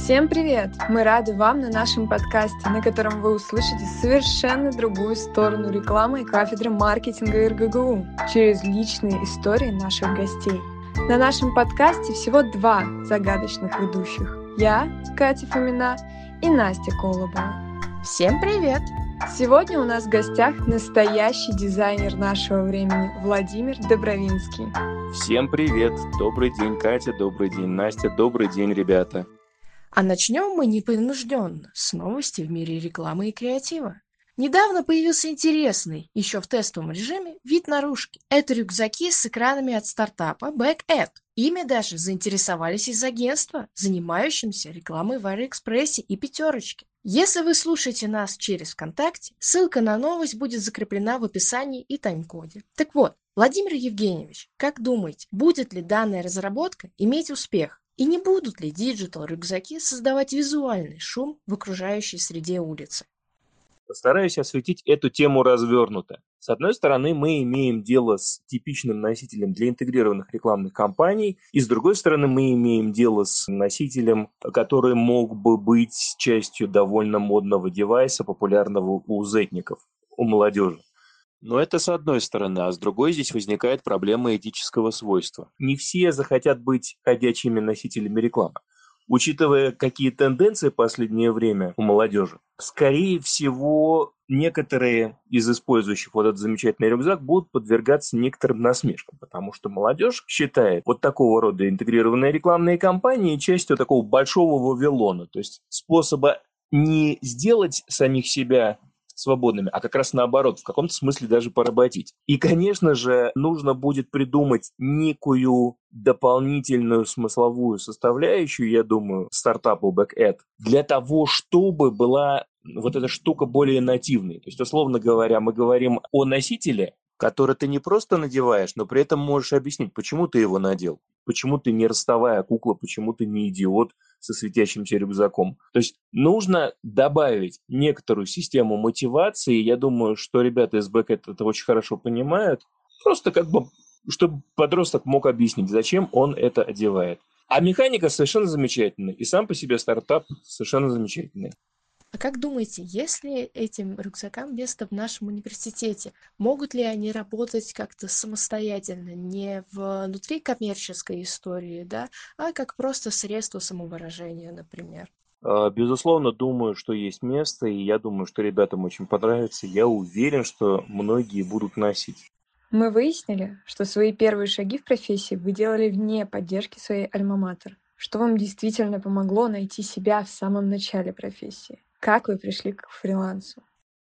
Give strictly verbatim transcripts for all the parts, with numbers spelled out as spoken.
Всем привет! Мы рады вам на нашем подкасте, на котором вы услышите совершенно другую сторону рекламы и кафедры маркетинга эр гэ гэ у через личные истории наших гостей. На нашем подкасте всего два загадочных ведущих. Я, Катя Фомина, и Настя Колобова. Всем привет! Сегодня у нас в гостях настоящий дизайнер нашего времени Владимир Добровинский. Всем привет! Добрый день, Катя, добрый день, Настя, добрый день, ребята. А начнем мы непринужденно, с новости в мире рекламы и креатива. Недавно появился интересный, еще в тестовом режиме, вид наружки. Это рюкзаки с экранами от стартапа BackEd. Ими даже заинтересовались из агентства, занимающимся рекламой в Алиэкспрессе и Пятерочке. Если вы слушаете нас через ВКонтакте, ссылка на новость будет закреплена в описании и тайм-коде. Так вот, Владимир Евгеньевич, как думаете, будет ли данная разработка иметь успех? И не будут ли диджитал-рюкзаки создавать визуальный шум в окружающей среде улицы? Постараюсь осветить эту тему развернуто. С одной стороны, мы имеем дело с типичным носителем для интегрированных рекламных кампаний, и с другой стороны, мы имеем дело с носителем, который мог бы быть частью довольно модного девайса, популярного у зетников, у молодежи. Но это с одной стороны, а с другой здесь возникает проблема этического свойства. Не все захотят быть ходячими носителями рекламы. Учитывая, какие тенденции в последнее время у молодежи, скорее всего, некоторые из использующих вот этот замечательный рюкзак будут подвергаться некоторым насмешкам, потому что молодежь считает вот такого рода интегрированные рекламные кампании частью такого большого Вавилона, то есть способа не сделать самих себя свободными, а как раз наоборот, в каком-то смысле даже поработить. И, конечно же, нужно будет придумать некую дополнительную смысловую составляющую, я думаю, стартапу BackEd, для того, чтобы была вот эта штука более нативной. То есть, условно говоря, мы говорим о носителе, который ты не просто надеваешь, но при этом можешь объяснить, почему ты его надел, почему ты не ростовая кукла, почему ты не идиот со светящимся рюкзаком. То есть нужно добавить некоторую систему мотивации. Я думаю, что ребята из BackEd это очень хорошо понимают. Просто как бы, чтобы подросток мог объяснить, зачем он это одевает. А механика совершенно замечательная. И сам по себе стартап совершенно замечательный. А как думаете, есть ли этим рюкзакам место в нашем университете? Могут ли они работать как-то самостоятельно, не внутри коммерческой истории, да, а как просто средство самовыражения, например? Безусловно, думаю, что есть место, и я думаю, что ребятам очень понравится. Я уверен, что многие будут носить. Мы выяснили, что свои первые шаги в профессии вы делали вне поддержки своей альма-матер. Что вам действительно помогло найти себя в самом начале профессии? Как вы пришли к фрилансу?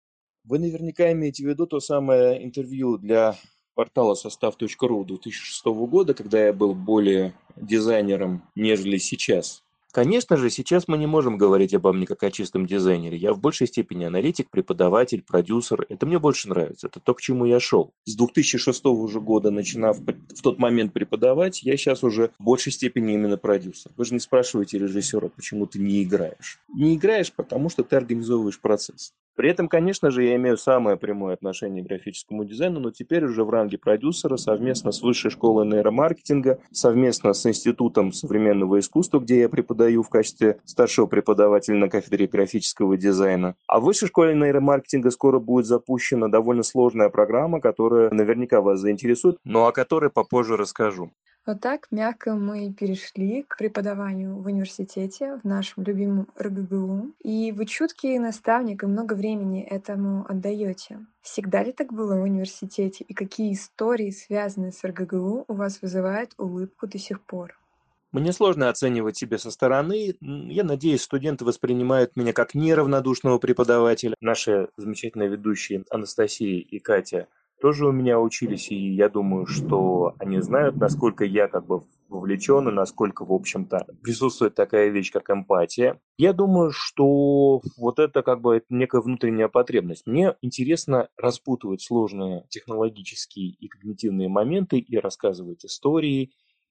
Вы наверняка имеете в виду то самое интервью для портала состав точка ру две тысячи шестого года, когда я был более дизайнером, нежели сейчас. Конечно же, сейчас мы не можем говорить обо мне как о чистом дизайнере. Я в большей степени аналитик, преподаватель, продюсер. Это мне больше нравится. Это то, к чему я шел. С две тысячи шестого же года, начинав в тот момент преподавать, я сейчас уже в большей степени именно продюсер. Вы же не спрашиваете режиссера, почему ты не играешь. Не играешь, потому что ты организовываешь процесс. При этом, конечно же, я имею самое прямое отношение к графическому дизайну, но теперь уже в ранге продюсера совместно с Высшей школой нейромаркетинга, совместно с Институтом современного искусства, где я преподаю в качестве старшего преподавателя на кафедре графического дизайна. А в Высшей школе нейромаркетинга скоро будет запущена довольно сложная программа, которая наверняка вас заинтересует, но о которой попозже расскажу. Вот так мягко мы перешли к преподаванию в университете, в нашем любимом эр гэ гэ у. И вы чуткий наставник и много времени этому отдаете. Всегда ли так было в университете? И какие истории, связанные с эр гэ гэ у, у вас вызывают улыбку до сих пор? Мне сложно оценивать себя со стороны. Я надеюсь, студенты воспринимают меня как неравнодушного преподавателя. Наши замечательные ведущие Анастасия и Катя тоже у меня учились, и я думаю, что они знают, насколько я как бы вовлечен, и насколько, в общем-то, присутствует такая вещь, как эмпатия. Я думаю, что вот это как бы некая внутренняя потребность. Мне интересно распутывать сложные технологические и когнитивные моменты и рассказывать истории,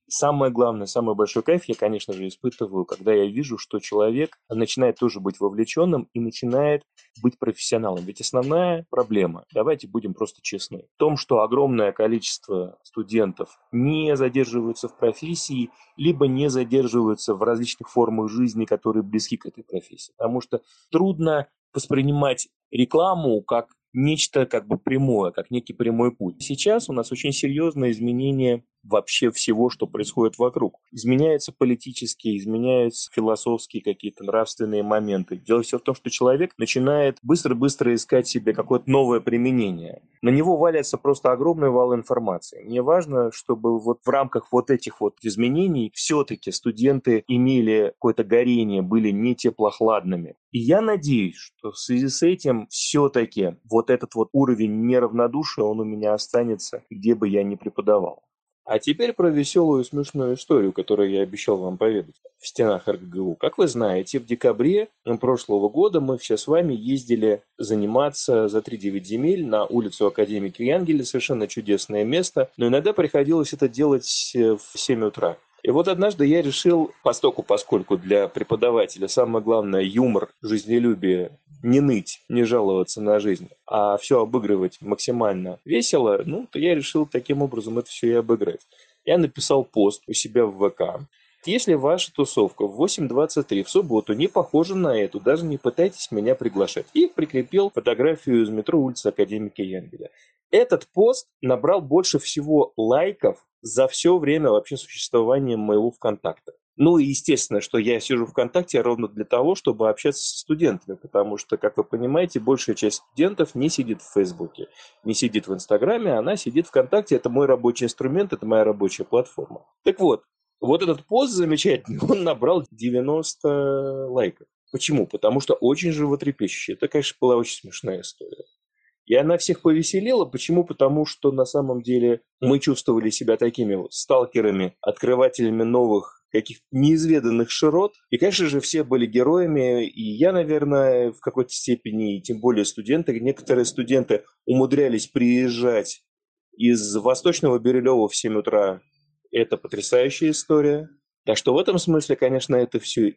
Самое главное, самый большой кайф я, конечно же, испытываю, когда я вижу, что человек начинает тоже быть вовлеченным и начинает быть профессионалом. Ведь основная проблема, давайте будем просто честны, в том, что огромное количество студентов не задерживаются в профессии, либо не задерживаются в различных формах жизни, которые близки к этой профессии. Потому что трудно воспринимать рекламу как нечто как бы прямое, как некий прямой путь. Сейчас у нас очень серьезное изменение вообще всего, что происходит вокруг. Изменяются политические, изменяются философские какие-то нравственные моменты. Дело все в том, что человек начинает быстро-быстро искать себе какое-то новое применение. На него валится просто огромный вал информации. Мне важно, чтобы вот в рамках вот этих вот изменений все-таки студенты имели какое-то горение, были не теплохладными. И я надеюсь, что в связи с этим все-таки вот этот вот уровень неравнодушия, он у меня останется, где бы я ни преподавал. А теперь про веселую и смешную историю, которую я обещал вам поведать в стенах эр гэ гэ у. Как вы знаете, в декабре прошлого года мы все с вами ездили заниматься за три девять земель на улицу Академика Янгеля. Совершенно чудесное место, но иногда приходилось это делать в семь утра. И вот однажды я решил, постоку, поскольку для преподавателя самое главное юмор, жизнелюбие, не ныть, не жаловаться на жизнь, а все обыгрывать максимально весело, ну, то я решил таким образом это все и обыграть. Я написал пост у себя в вэ ка. Если ваша тусовка в восемь двадцать три в субботу не похожа на эту, даже не пытайтесь меня приглашать. И прикрепил фотографию из метро улицы Академика Янгеля. Этот пост набрал больше всего лайков за все время вообще существования моего ВКонтакта. Ну и естественно, что я сижу ВКонтакте ровно для того, чтобы общаться со студентами, потому что, как вы понимаете, большая часть студентов не сидит в Фейсбуке, не сидит в Инстаграме, она сидит ВКонтакте, это мой рабочий инструмент, это моя рабочая платформа. Так вот, вот этот пост замечательный, он набрал девяносто лайков. Почему? Потому что очень животрепещущий. Это, конечно, была очень смешная история. И она всех повеселила. Почему? Потому что на самом деле мы чувствовали себя такими вот сталкерами, открывателями новых каких-то неизведанных широт. И, конечно же, все были героями. И я, наверное, в какой-то степени, и тем более студенты, некоторые студенты умудрялись приезжать из Восточного Бирюлева в семь утра. Это потрясающая история. Так что в этом смысле, конечно, это все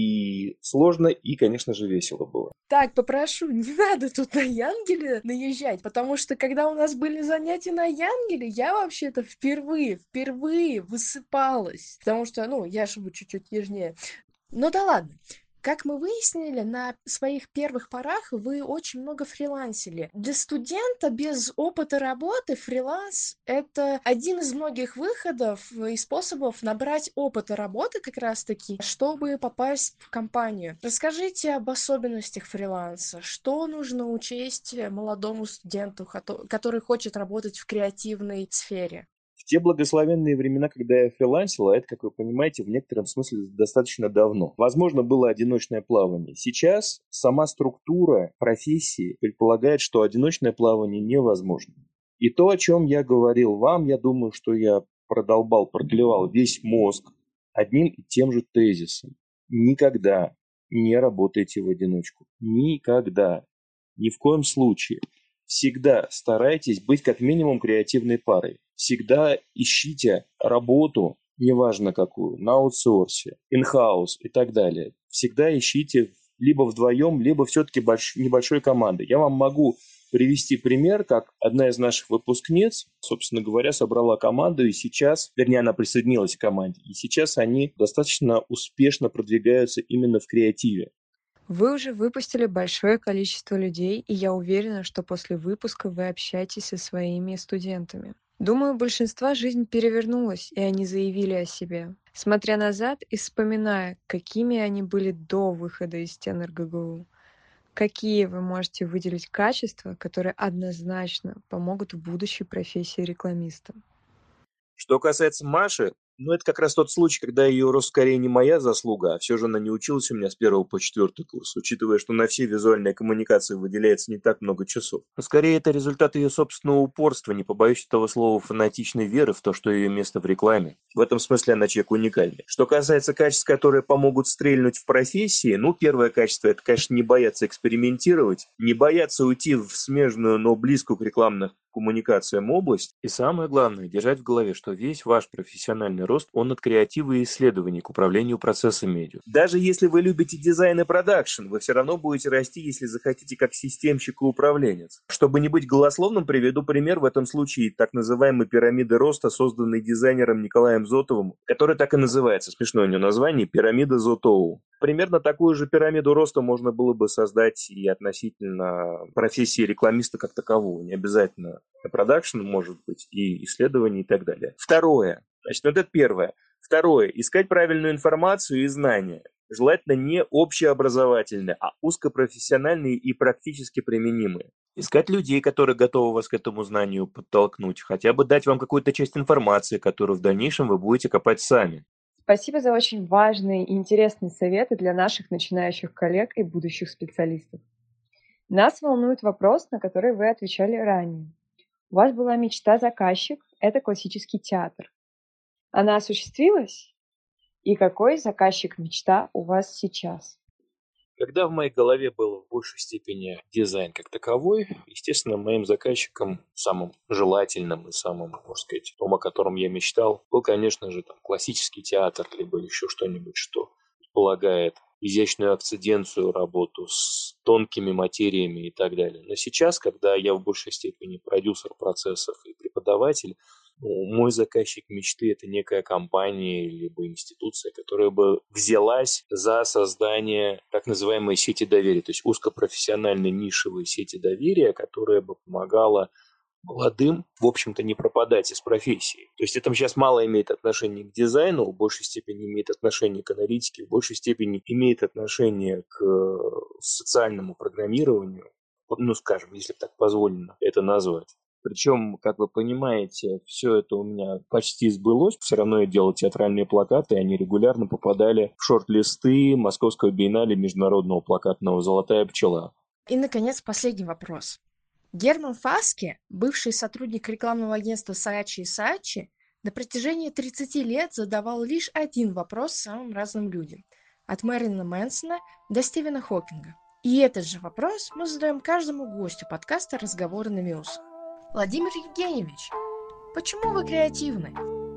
и сложно, и, конечно же, весело было. Так, попрошу, не надо тут на Янгеле наезжать, потому что когда у нас были занятия на Янгеле, я вообще-то впервые, впервые высыпалась, потому что, ну, я живу чуть-чуть южнее. Ну да ладно. Как мы выяснили, на своих первых порах вы очень много фрилансили. Для студента без опыта работы фриланс — это один из многих выходов и способов набрать опыта работы как раз-таки, чтобы попасть в компанию. Расскажите об особенностях фриланса. Что нужно учесть молодому студенту, который хочет работать в креативной сфере? В те благословенные времена, когда я фрилансил, а это, как вы понимаете, в некотором смысле достаточно давно, возможно, было одиночное плавание. Сейчас сама структура профессии предполагает, что одиночное плавание невозможно. И то, о чем я говорил вам, я думаю, что я продолбал, проклевал весь мозг одним и тем же тезисом. Никогда не работайте в одиночку. Никогда. Ни в коем случае. Всегда старайтесь быть как минимум креативной парой. Всегда ищите работу, неважно какую, на аутсорсе, in-house и так далее. Всегда ищите либо вдвоем, либо все-таки больш... небольшой командой. Я вам могу привести пример, как одна из наших выпускниц, собственно говоря, собрала команду, и сейчас, вернее, она присоединилась к команде, и сейчас они достаточно успешно продвигаются именно в креативе. Вы уже выпустили большое количество людей, и я уверена, что после выпуска вы общаетесь со своими студентами. Думаю, у большинства жизнь перевернулась, и они заявили о себе. Смотря назад и вспоминая, какими они были до выхода из стен эр гэ гэ у, какие вы можете выделить качества, которые однозначно помогут в будущей профессии рекламиста? Что касается Маши, ну, это как раз тот случай, когда ее рост скорее не моя заслуга, а все же она не училась у меня с первого по четвертый курс, учитывая, что на все визуальные коммуникации выделяется не так много часов. Но скорее это результат ее собственного упорства, не побоюсь этого слова, фанатичной веры в то, что ее место в рекламе. В этом смысле она человек уникальный. Что касается качеств, которые помогут стрельнуть в профессии, ну, первое качество – это, конечно, не бояться экспериментировать, не бояться уйти в смежную, но близкую к рекламным коммуникациям область. И самое главное – держать в голове, что весь ваш профессиональный рост, он от креатива и исследований к управлению процессом медиа. Даже если вы любите дизайн и продакшн, вы все равно будете расти, если захотите, как системщик и управленец. Чтобы не быть голословным, приведу пример. В этом случае так называемой пирамиды роста, созданной дизайнером Николаем Зотовым, которая так и называется, смешное у нее название, пирамида Зотоу. Примерно такую же пирамиду роста можно было бы создать и относительно профессии рекламиста как такового. Не обязательно продакшн, может быть, и исследования и так далее. Второе. Значит, вот это первое. Второе. Искать правильную информацию и знания. Желательно не общеобразовательные, а узкопрофессиональные и практически применимые. Искать людей, которые готовы вас к этому знанию подтолкнуть, хотя бы дать вам какую-то часть информации, которую в дальнейшем вы будете копать сами. Спасибо за очень важные и интересные советы для наших начинающих коллег и будущих специалистов. Нас волнует вопрос, на который вы отвечали ранее. У вас была мечта заказчик – это классический театр. Она осуществилась? И какой заказчик мечта у вас сейчас? Когда в моей голове был в большей степени дизайн как таковой, естественно, моим заказчиком, самым желательным и самым, можно сказать, том, о котором я мечтал, был, конечно же, там, классический театр, либо еще что-нибудь, что предполагает изящную акциденцию, работу с тонкими материями и так далее. Но сейчас, когда я в большей степени продюсер процессов и преподаватель, ну, мой заказчик мечты – это некая компания либо институция, которая бы взялась за создание так называемой сети доверия, то есть узкопрофессиональной нишевой сети доверия, которая бы помогала молодым, в общем-то, не пропадать из профессии. То есть это сейчас мало имеет отношение к дизайну, в большей степени имеет отношение к аналитике, в большей степени имеет отношение к социальному программированию, ну, скажем, если так позволено это назвать. Причем, как вы понимаете, все это у меня почти сбылось. Все равно я делал театральные плакаты, и они регулярно попадали в шорт-листы Московского биеннале международного плакатного «Золотая пчела». И, наконец, последний вопрос. Герман Фаске, бывший сотрудник рекламного агентства Saatchi и Saatchi, на протяжении тридцати лет задавал лишь один вопрос самым разным людям. От Мэрилина Мэнсона до Стивена Хокинга. И этот же вопрос мы задаем каждому гостю подкаста «Разговоры на Мюз». Владимир Евгеньевич, почему вы креативны?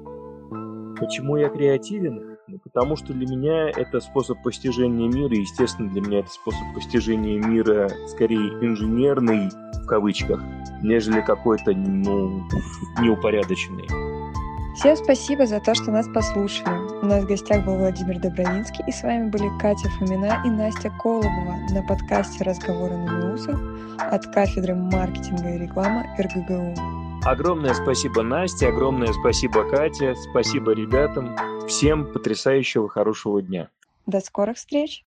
Почему я креативен? Ну, потому что для меня это способ постижения мира, и, естественно, для меня это способ постижения мира скорее инженерный, в кавычках, нежели какой-то, ну, неупорядоченный. Всем спасибо за то, что нас послушали. У нас в гостях был Владимир Добровинский, и с вами были Катя Фомина и Настя Колобова на подкасте «Разговоры на Мюзах» от кафедры маркетинга и рекламы эр гэ гэ у. Огромное спасибо Насте, огромное спасибо Кате, спасибо ребятам. Всем потрясающего хорошего дня. До скорых встреч!